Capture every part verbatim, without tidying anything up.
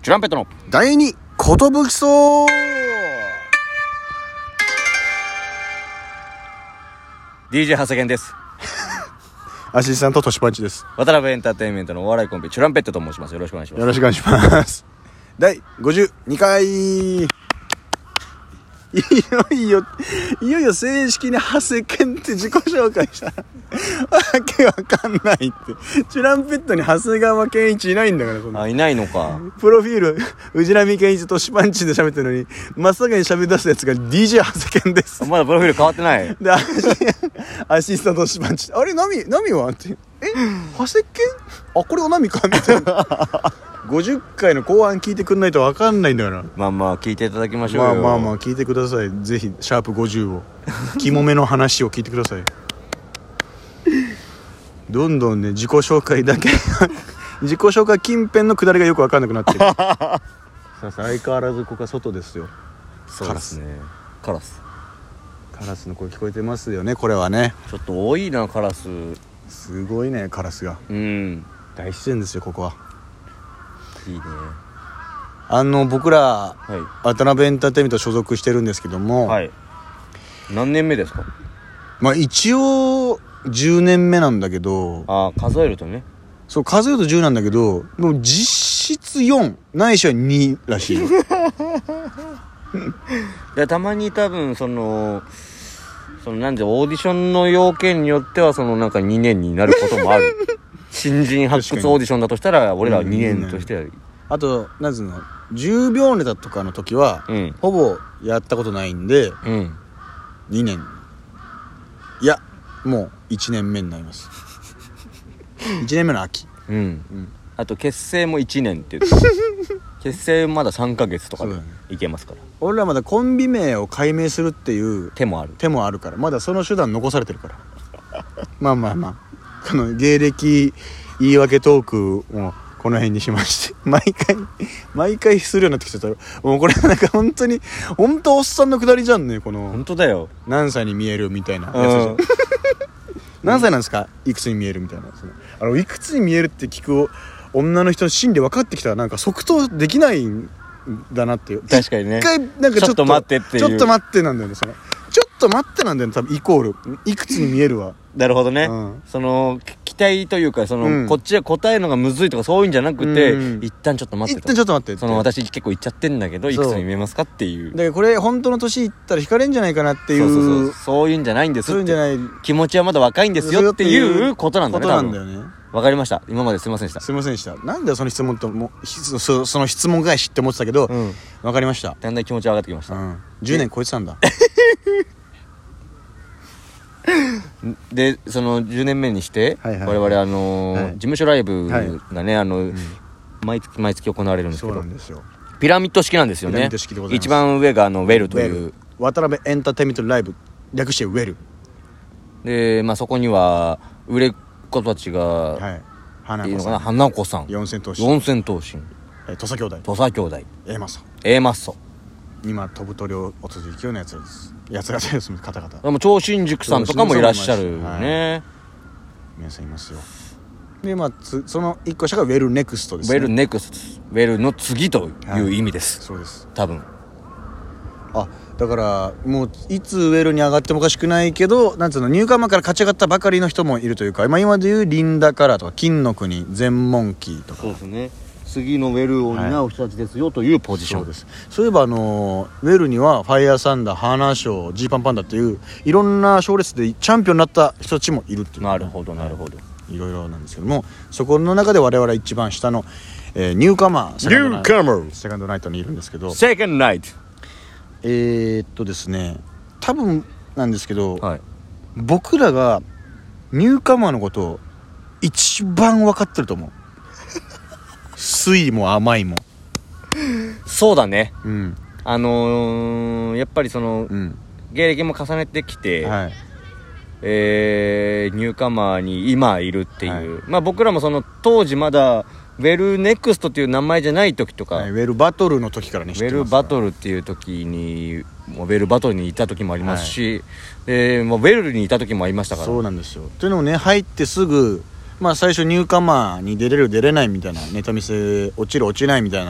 チュランペットの第二ことぶきそう。 ディージェー 長谷健です。 アシスタントトシパンチです。 渡辺エンターテインメントのお笑いコンビチュランペットと申します。よろしくお願いします。 よろしくお願いします。第ごじゅうにかい、いよいよいよいよ正式に長谷健って自己紹介したわけわかんないって。チュランペットに長谷川健一いないんだから。そんなあ、いないのか。 プロフィール藤波健一とシパンチで喋ってるのに真っ先に喋り出すやつが ディージェー 長谷健です。 まだプロフィール変わってない。 でアシアシスタントシパンチ、あれナミナミはってえ長谷健、あこれがナミかみたいなごじゅっかいの後半聞いてくんないと分かんないんだから。 まあまあ聞いていただきましょうよ。 まあまあまあ聞いてください。ぜひシャープごじゅうを肝めの話を聞いてくださいどんどんね自己紹介だけ自己紹介近辺の下りがよく分かんなくなってるさあ相変わらずここは外ですよ。 そうですね。カラスカラスの声聞こえてますよね。これはねちょっと多いなカラス。 すごいねカラスが。 うん大自然ですよここは。 いいね。 あの僕ら、 はい、 渡辺エンターテインメント所属してるんですけども、 はい、何年目ですか？ まあ一応じゅうねんめなんだけど、 あ数えるとね。 そう数えるとじゅうなんだけど、もう実質よんないしはにらしいよでたまに多分そのそのなんでオーディションの要件によってはそのなんかにねんになることもある新人発掘オーディションだとしたら俺らはにねんとしては、うん、 あとなんつうのじゅうびょうネタとかの時は、うん、ほぼやったことないんで、うん、にねんいやもういちねんめになりますいちねんめの秋、うんうん、 あと結成もいちねんって言って結成まださんかげつとかでいけますから、ね、 俺らまだコンビ名を改名するっていう手もある手もあるからまだその手段残されてるからまあまあまあこの芸歴言い訳トークもこの辺にしまして毎回毎回するようになってきてたらもうこれなんか本当に本当おっさんのくだりじゃんね。この本当だよ何歳に見えるみたいなやつじゃん何歳なんですかいくつに見えるみたいな。そのあのいくつに見えるって聞く女の人の心理分かってきたらなんか即答できないんだなっていう。 確かにね。 一回なんかちょっとちょっと待ってっていうちょっと待ってなんだよね。そのちょっと待ってなんだよね多分イコールいくつに見えるわ。 なるほどね、うん、その期待というかその、うん、こっちは答えるのがむずいとかそういうんじゃなくて、うん、一旦ちょっと待ってと一旦ちょっと待ってその私結構言っちゃってんだけどいくつに見えますかっていう。 だからこれ本当の年いったら惹かれんじゃないかなっていうそうそうそうそういうんじゃないんですそういうんじゃない気持ちはまだ若いんですよっていうことなんだね。 ことなんだよね。 わかりました。今まですいませんでした。 すいませんでした。なんだよその質問ともそ, そ, その質問返しって思ってたけど、うん、わかりました。 だんだん気持ち上がってきました、うん、 じゅうねん超えてたんだでそのじゅうねんめにして、はいはい、我々あのーはい、事務所ライブがね、はい、あの、うん、毎月毎月行われるんですけどそうなんですよ。 ピラミッド式なんですよね。 ピラミッド式でございます。 一番上があのウェルという渡辺エンターテインメントライブ略してウェルで、まあ、そこには売れっ子たちが、はい、 花子さん花子さん四千頭身四千頭身土佐兄弟土佐兄弟 A マッソ A マッソ今飛ぶ鳥をお続きようなやつですやつらです方々 でも超新塾さんとかもいらっしゃるね、はい、 皆さんいますよ。でまあつその一個下がウェルネクストですね。 ウェルネクストウェルの次という意味です、はい、 そうです多分。 あだからもういつウェルに上がってもおかしくないけどなんつうのニューカマーから勝ち上がったばかりの人もいるというか、まあ、今でいうリンダカラーとか金の国全問キーとかそうですね次のウェルを担う人たちですよ、はい、というポジション。 そうです。そういえばあのウェルにはファイヤーサンダーハーナーショージーパンパンダっていういろんな賞レースでチャンピオンになった人たちもいるっていう、ね、 なるほどなるほど、はい、 いろいろなんですけどもそこの中で我々一番下の、えー、ニューカマーニューカマーセカンドナイトにいるんですけどセカンドナイトえー、っとですね多分なんですけど、 はい、 僕らがニューカマーのことを一番分かってると思う酸いも甘いもそうだね、 うん、 あのー、やっぱりその、うん、芸歴も重ねてきて、はいえー、ニューカマーに今いるっていう、はい、まあ僕らもその当時まだウェルネクストっていう名前じゃない時とか、はい、 ウェルバトルの時からね知ってますから。 ウェルバトルっていう時にもうウェルバトルにいた時もありますし、はい、でもうウェルにいた時もありましたから。 そうなんですよ。というのもね入ってすぐまあ最初ニューカマーに出れる出れないみたいなネタ見せ落ちる落ちないみたいな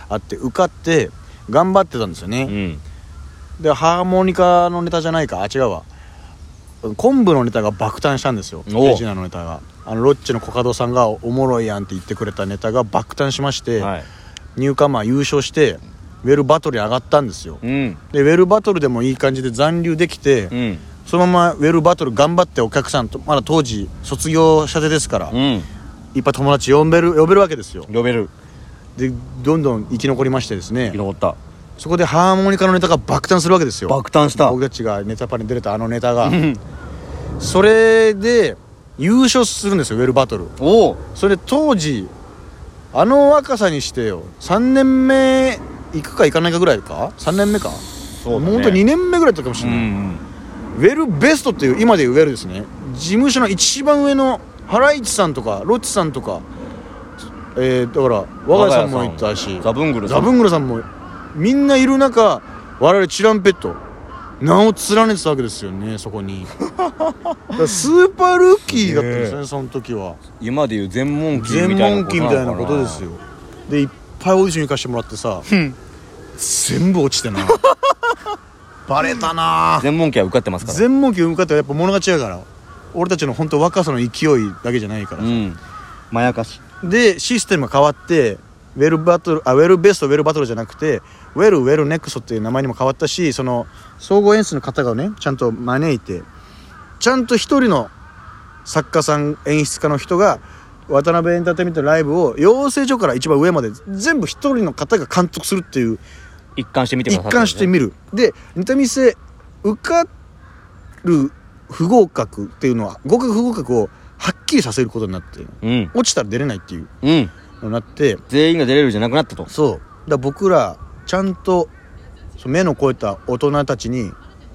あって受かって頑張ってたんですよね、 うん、 でハーモニカのネタじゃないか、あ違うわ、昆布のネタが爆誕したんですよ。レジナのネタが、あのロッチのコカドさんがおもろいやんって言ってくれたネタが爆誕しまして、はい、ニューカマー優勝してウェルバトルに上がったんですよ、うん、でウェルバトルでもいい感じで残留できて、うん、そのままウェルバトル頑張ってお客さんと、まだ当時卒業したてですから、うん、いっぱい友達呼べる呼べるわけですよ。 呼べるでどんどん生き残りましてですね、 生き残った。 そこでハーモニカのネタが爆誕するわけですよ。 爆誕した。 僕たちがネタパレに出れたあのネタがそれで優勝するんですよ、ウェルバトル。 おそれで当時あの若さにしてよ、さんねんめ行くか行かないかぐらいか、さんねんめか、そうだね、もうほんとにねんめぐらいだったかもしれない、うんうん、ウェルベストっていう、今でいうウェルですね、事務所の一番上のハライチさんとかロッチさんとか、えー、だから我が家さんもいたし、 ザブングルさんザブングルさんもみんないる中、我々チュランペット名を連ねてたわけですよね、そこにスーパールーキーだったんですね、その時は。 今でいう全問記みたいなことなのかな。全問記みたいなことですよ。でいっぱいオーディション行かしてもらってさ全部落ちてなバレたな。全問記は受かってますから。 全問記受かってやっぱ物が違うから、俺たちの本当若さの勢いだけじゃないからさ、うん、 まやかしでシステムが変わって、ウェルバトルあウェルベストウェルバトルじゃなくてウェルウェルネクストっていう名前にも変わったし、その総合演出の方がねちゃんと招いて、ちゃんと一人の作家さん演出家の人が渡辺エンターテインメントのライブを養成所から一番上まで全部一人の方が監督するっていう、 一貫して見てくださった、 ね、一貫して見る。でネタ見せ受かる不合格っていうのは合格不合格をはっきりさせることになって、うん、落ちたら出れないっていうのになって、 うん、全員が出れるじゃなくなったと。 そうだから僕らちゃんと目の超えた大人たちに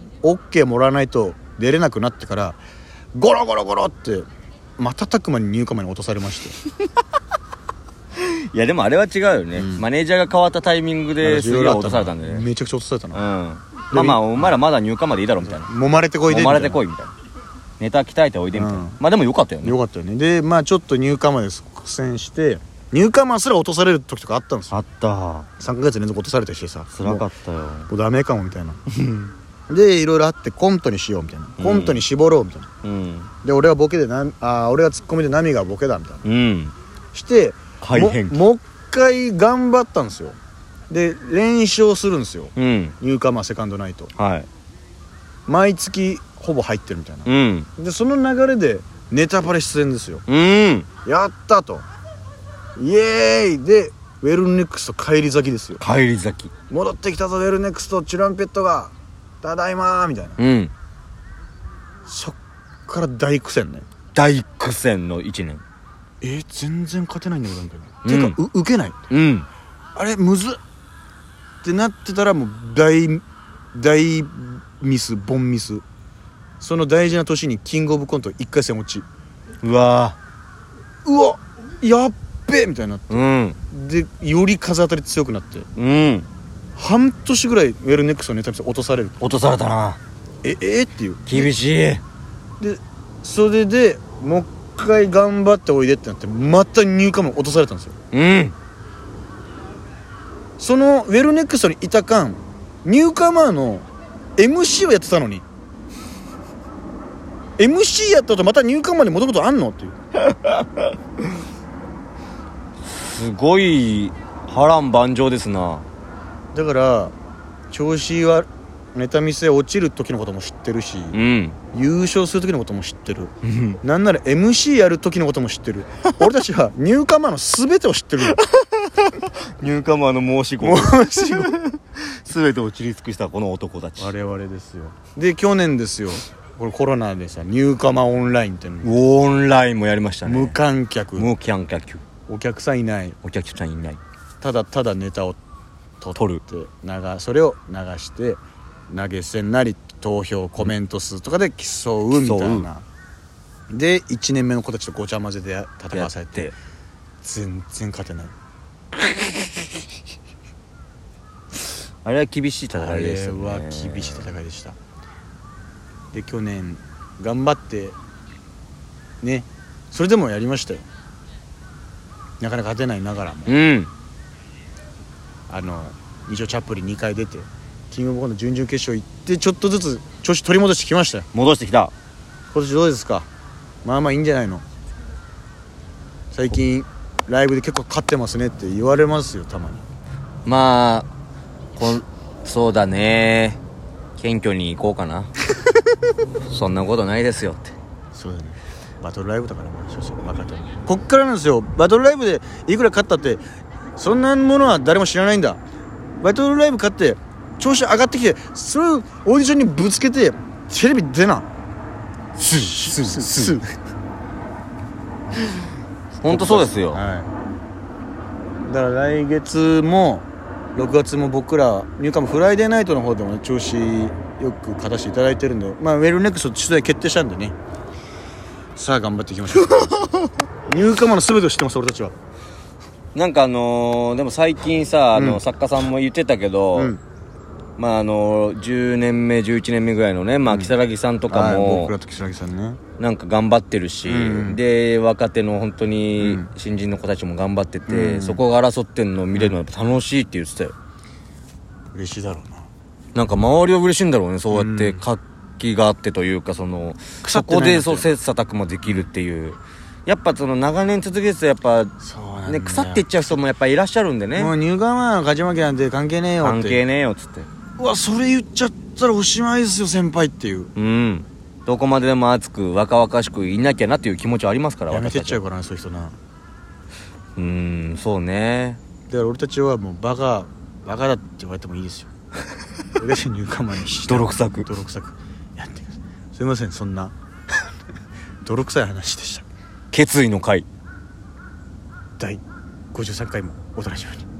OK もらわないと出れなくなってから、ゴロゴロゴロって瞬く間に入荷前に落とされましていやでもあれは違うよね、うん、マネージャーが変わったタイミングですげえ落とされたんでね。 めちゃくちゃ落とされたな、うん、 まあまあお前らまだ入荷までいいだろみたいな、 揉まれてこいで揉まれてこいみたいな、ネタ鍛えておいでみたいな、うん、まあでもよかったよね。 よかったよね。でまあちょっと入荷まで苦戦して、入荷マンすら落とされる時とかあったんですよ。 あった。 さんかげつ連続落とされたりしてさ、 辛かったよ。もうダメかもみたいなでいろいろあってコントにしようみたいな、うん、コントに絞ろうみたいな、うん、で俺はボケでなあ俺がツッコミでナミがボケだみたいな、うん、しても, もう一回頑張ったんですよ。で連勝するんですよ、うん、ニューカマーセカンドナイト、はい、毎月ほぼ入ってるみたいな、うん、でその流れでネタバレ出演ですよ、うん、やったとイエーイでウェルネクスト帰り咲きですよ。 帰り咲き戻ってきたぞウェルネクストチュランペットがただいまーみたいな、うん、そっから大苦戦ね。 大苦戦のいちねん。 えー、全然勝てないんだけどみたいな、うん、てかう受けない、うん、あれむずっってなってたらもう大大ミスボンミス。その大事な年にキングオブコントいっかい戦落ち。 うわうわやっべえみたいになって、うん、でより風当たり強くなって、うん、半年ぐらいウェルネックスのネタ見せ落とされる。 落とされたな。 ええー、っていう厳しい。 でそれでもう一回頑張っておいでってなってまた入荷も落とされたんですよ、うん、そのウェルネックスにいた間ニューカマーの エムシー をやってたのにエムシー やったとまたニューカマーに戻ることあんのっていうすごい波乱万丈ですな。 だから調子はネタ見せ落ちる時のことも知ってるし、うん、優勝する時のことも知ってる、うん、なんなら エムシー やる時のことも知ってる俺たちはニューカマーの全てを知ってるニューカマーの申し子申し子全てを知り尽くしたこの男たち我々ですよ。で去年ですよ、これコロナでさニューカマーオンラインっていうのオンラインもやりましたね。 無観客無観客お客さんいないお客さんいないただただネタを撮るって流それを流して投げ銭なり投票コメント数とかで競うみたいなでいちねんめの子たちとごちゃ混ぜで戦わされて全然勝てないあれは厳しい戦いですよね。 あれは厳しい戦いでした。で去年頑張ってねそれでもやりましたよ。なかなか勝てないながらも、うん、 あの日曜チャップリンにかい出てキングオブコント準々決勝行ってちょっとずつ調子取り戻してきましたよ。 戻してきた。 今年どうですか？まあまあいいんじゃないの。最近ライブで結構勝ってますねって言われますよ、たまに。 まあこんそうだね、謙虚に行こうかなそんなことないですよって。 そうだね、バトルライブだからまあ少々分かってる。こっからなんですよ。バトルライブでいくら勝ったってそんなものは誰も知らないんだ。バトルライブ勝って調子上がってきて、それをオーディションにぶつけてテレビ出なスースースー本当そうですよ、 はい、だから来月もろくがつも僕らニューカムフライデーナイトの方でも、ね、調子よく勝たせていただいてるんで、まあ、ウェルネクスト出題決定したんでね、さあ頑張っていきましょうニューカムの全てを知ってます俺たちは。 なんかあのー、でも最近さ、あの、うん、作家さんも言ってたけど、うん、まああのじゅうねんめじゅういちねんめぐらいのね、まあ如月さんとかも、 うん、僕らと如月さんね、 なんか頑張ってるし、うん、で若手の本当に新人の子たちも頑張ってて、うん、そこが争ってんのを見れるのはやっぱ楽しいって言ってたよ。 嬉しいだろうな。 なんか周りは嬉しいんだろうね、そうやって活気があってというか、そのそこでそう切磋琢磨できるっていう。やっぱその長年続けてたやっぱね、腐っていっちゃう人もやっぱいらっしゃるんでね。 もう入管は勝ち負けなんて関係ねえよって、 関係ねえよっつって、 うわそれ言っちゃったらおしまいですよ先輩っていう。 うん、どこまででも熱く若々しくいなきゃなっていう気持ちはありますから。 やめてっちゃうからなそういう人な。 うーん、そうね。 だから俺たちはもうバカバカだって言われてもいいですよ俺たち入管前に泥臭く泥臭くやってください。すいませんそんな泥臭い話でした。 決意の会だいごじゅうさんかいもお楽しみに。